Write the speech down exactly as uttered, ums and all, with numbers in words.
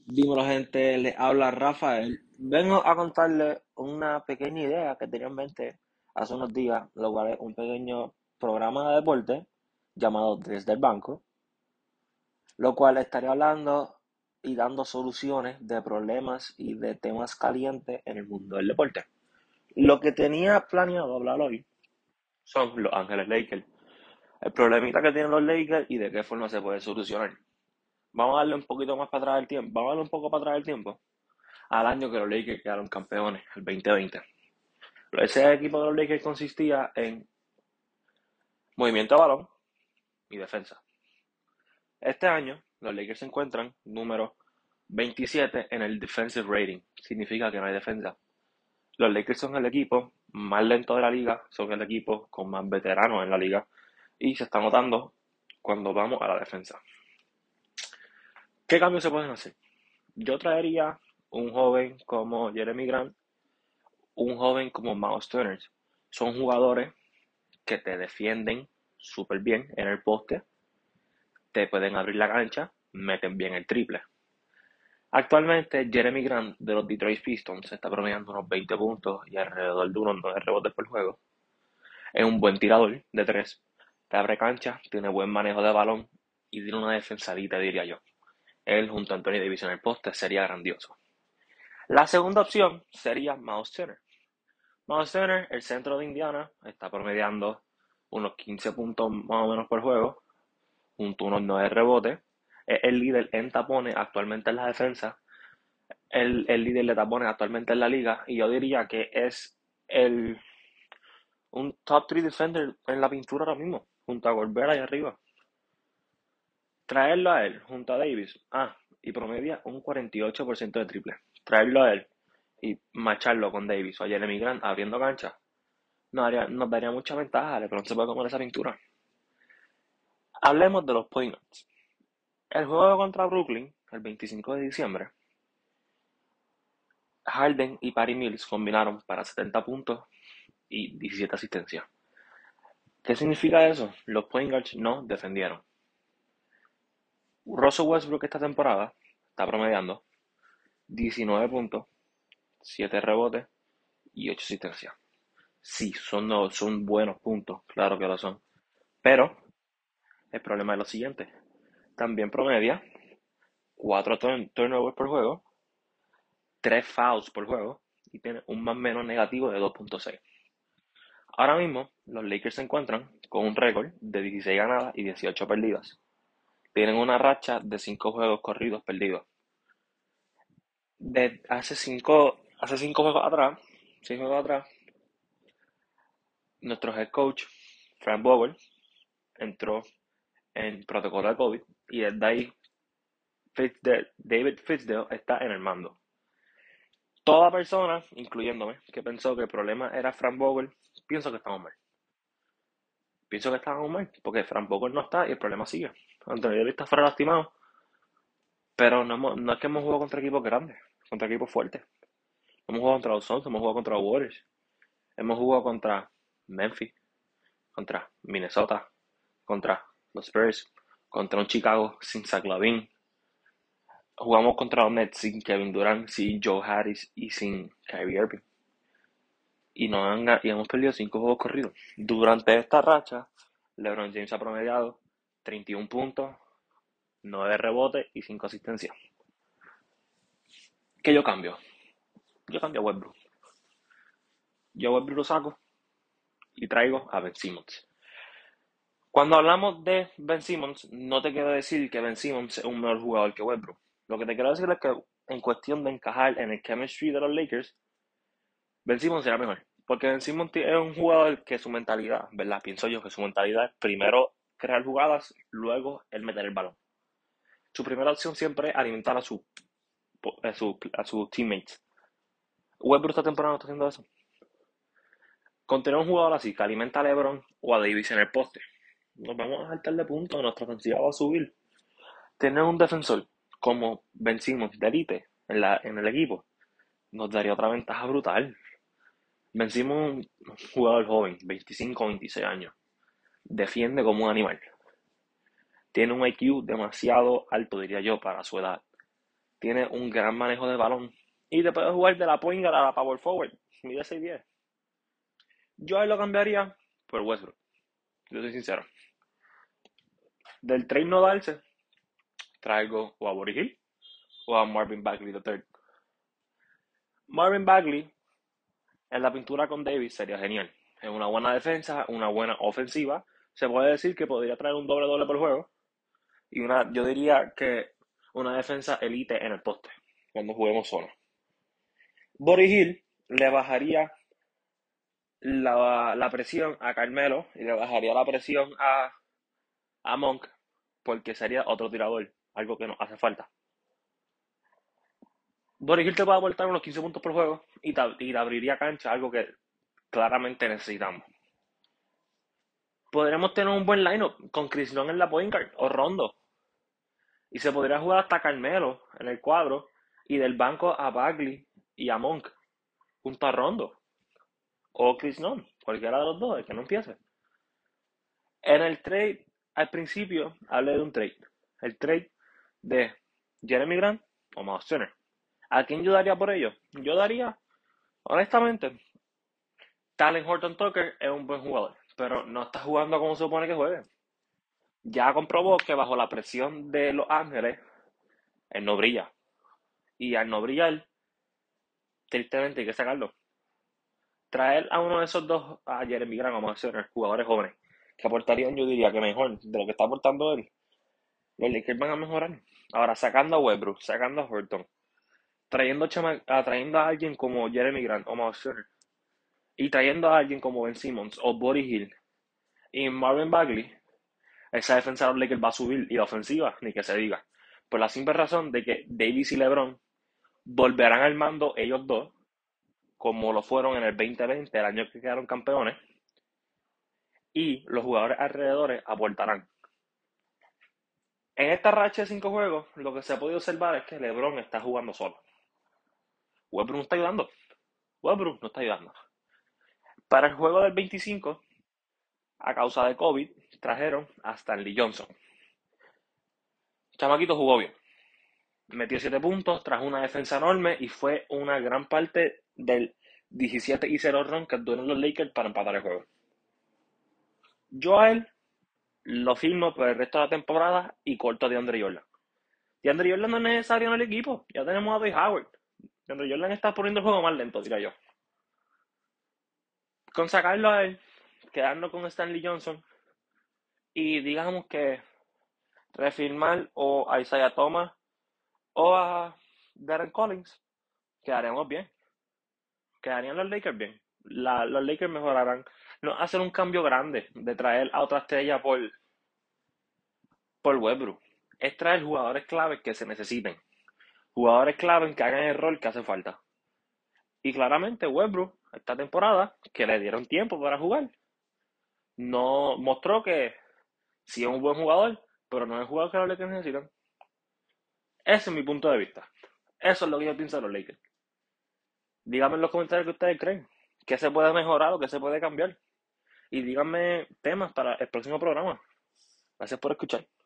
Dímelo, gente, les habla Rafael. Vengo a contarles una pequeña idea que tenía en mente hace unos días, lo cual es un pequeño programa de deporte llamado Desde el Banco, lo cual estaría hablando y dando soluciones de problemas y de temas calientes en el mundo del deporte. Lo que tenía planeado hablar hoy son los Ángeles Lakers, el problemita que tienen los Lakers y de qué forma se puede solucionar. Vamos a darle un poquito más para atrás del tiempo, vamos a darle un poco para atrás del tiempo al año que los Lakers quedaron campeones, el dos mil veinte. Ese equipo de los Lakers consistía en movimiento de balón y defensa. Este año, los Lakers se encuentran número veintisiete en el defensive rating. Significa que no hay defensa. Los Lakers son el equipo más lento de la liga, son el equipo con más veteranos en la liga y se está notando cuando vamos a la defensa. ¿Qué cambios se pueden hacer? Yo traería un joven como Jeremy Grant, un joven como Miles Turner. Son jugadores que te defienden súper bien en el poste, te pueden abrir la cancha, meten bien el triple. Actualmente, Jeremy Grant de los Detroit Pistons está promediando unos veinte puntos y alrededor de unos nueve rebotes por juego. Es un buen tirador de tres, te abre cancha, tiene buen manejo de balón y tiene una defensa elite, diría yo. Él junto a Anthony Davis en el poste sería grandioso. La segunda opción sería Miles Turner. Miles Turner, el centro de Indiana, está promediando unos quince puntos más o menos por juego, junto a unos nueve rebotes. Es el líder en tapones actualmente en la defensa, el, el líder de tapones actualmente en la liga, y yo diría que es el, un top tres defender en la pintura ahora mismo, junto a Gobert ahí arriba. Traerlo a él junto a Davis, ah, y promedia un cuarenta y ocho por ciento de triple. Traerlo a él y macharlo con Davis o a Jeremy Grant abriendo cancha, nos daría, nos daría mucha ventaja, de pronto se puede comer esa pintura. Hablemos de los point guards. El juego contra Brooklyn, el veinticinco de diciembre, Harden y Patty Mills combinaron para setenta puntos y diecisiete asistencias. ¿Qué significa eso? Los point guards no defendieron. Russell Westbrook esta temporada está promediando diecinueve puntos, siete rebotes y ocho asistencias. Sí, son, no, son buenos puntos, claro que lo son. Pero el problema es lo siguiente. También promedia cuatro turn turnovers por juego, tres fouls por juego y tiene un más menos negativo de dos punto seis. Ahora mismo, los Lakers se encuentran con un récord de dieciséis ganadas y dieciocho perdidas. Tienen una racha de cinco juegos corridos perdidos. De hace cinco, hace cinco juegos atrás, seis juegos atrás, nuestro head coach, Frank Vogel, entró en protocolo de COVID y desde ahí Fitzdale- David Fitzdale está en el mando. Toda persona, incluyéndome, que pensó que el problema era Frank Vogel, pienso que estamos mal. Pienso que estamos mal, porque Frank Vogel no está y el problema sigue. Anthony Davis está fuera lastimado, pero no, hemos- no es que hemos jugado contra equipos grandes, contra equipos fuertes. Hemos jugado contra los Suns, hemos jugado contra los Warriors, hemos jugado contra Memphis, contra Minnesota, contra los Spurs, contra un Chicago sin Zach LaVine. Jugamos contra los Nets sin Kevin Durant, sin Joe Harris y sin Kyrie Irving. Y, nos han, y hemos perdido cinco juegos corridos. Durante esta racha, LeBron James ha promediado treinta y uno puntos, nueve rebotes y cinco asistencias. ¿Qué yo cambio? Yo cambio a Westbrook. Yo a Westbrook lo saco y traigo a Ben Simmons. Cuando hablamos de Ben Simmons, no te quiero decir que Ben Simmons es un mejor jugador que Westbrook. Lo que te quiero decir es que en cuestión de encajar en el chemistry de los Lakers, Ben Simmons será mejor. Porque Ben Simmons es un jugador que su mentalidad, ¿verdad? Pienso yo que su mentalidad es primero crear jugadas, luego el meter el balón. Su primera opción siempre es alimentar a, su, a, su, a sus teammates. Westbrook esta temporada no está haciendo eso. Con tener un jugador así que alimenta a LeBron o a Davis en el poste, nos vamos a saltar de punto, nuestra ofensiva va a subir. Tener un defensor como Ben Simmons de élite en, la, en el equipo nos daría otra ventaja brutal. Ben Simmons es un jugador joven, veinticinco o veintiséis años. Defiende como un animal. Tiene un I Q demasiado alto, diría yo, para su edad. tiene un gran manejo de balón y te puede jugar de la point guard a la power forward. Mide seis diez. Yo a él lo cambiaría por Westbrook. Yo soy sincero. Del trade no darse, traigo o a Buddy Hield o a Marvin Bagley tercero. Marvin Bagley en la pintura con Davis sería genial. Es una buena defensa, una buena ofensiva. Se puede decir que podría traer un doble doble por juego. Y una, yo diría que una defensa elite en el poste, cuando juguemos solo. Buddy Hield le bajaría la, la presión a Carmelo y le bajaría la presión a, a Monk, porque sería otro tirador, algo que nos hace falta. Buddy Hield te puede aportar unos quince puntos por juego y te, y te abriría cancha, algo que claramente necesitamos. Podríamos tener un buen lineup con Chris Long en la point guard o Rondo. Y se podría jugar hasta Carmelo en el cuadro y del banco a Bagley y a Monk junto a Rondo o Chris Long, cualquiera de los dos, el que no empiece. En el trade, al principio, hablé de un trade. El trade de Jeremy Grant o Miles Turner. ¿A quién yo daría por ello? Yo daría, honestamente, Talen Horton Tucker es un buen jugador, pero no está jugando como se supone que juegue. Ya comprobó que bajo la presión de Los Ángeles, él no brilla. Y al no brillar, tristemente hay que sacarlo. Traer a uno de esos dos, a Jeremy Grant o Miles Turner, jugadores jóvenes, que aportarían, yo diría que mejor de lo que está aportando él, los Lakers van a mejorar. Ahora, sacando a Westbrook, sacando a Horton, trayendo, chama- a, trayendo a alguien como Jeremy Grant o Miles Turner, y trayendo a alguien como Ben Simmons o Buddy Hield y Marvin Bagley, esa defensa de los Lakers va a subir y la ofensiva, ni que se diga. Por la simple razón de que Davis y LeBron volverán al mando ellos dos, como lo fueron en el veinte veinte, el año que quedaron campeones, y los jugadores alrededores aportarán. En esta racha de cinco juegos, lo que se ha podido observar es que LeBron está jugando solo. Westbrook no está ayudando. Westbrook no está ayudando. Para el juego del veinticinco, a causa de COVID, trajeron a Stanley Johnson. Chamaquito jugó bien. Metió siete puntos, trajo una defensa enorme y fue una gran parte del diecisiete y cero run que tuvieron los Lakers para empatar el juego. Yo a él lo firmo por el resto de la temporada y corto a DeAndre Jordan. DeAndre Jordan no es necesario en el equipo. Ya tenemos a Dwight Howard. DeAndre Jordan está poniendo el juego más lento, diría yo. Con sacarlo a él, quedarnos con Stanley Johnson y digamos que refirmar o a Isaiah Thomas o a Darren Collins, quedaremos bien. Quedarían los Lakers bien. La, los Lakers mejorarán. No hacer un cambio grande de traer a otra estrella por, por Westbrook. Es traer jugadores claves que se necesiten. Jugadores claves que hagan el rol que hace falta. Y claramente Westbrook, esta temporada, que le dieron tiempo para jugar, no mostró que sí es un buen jugador, pero no es el jugador que los Lakers necesitan. Ese es mi punto de vista. Eso es lo que yo pienso de los Lakers. Díganme en los comentarios qué ustedes creen. ¿Qué se puede mejorar o qué se puede cambiar? Y díganme temas para el próximo programa. Gracias por escuchar.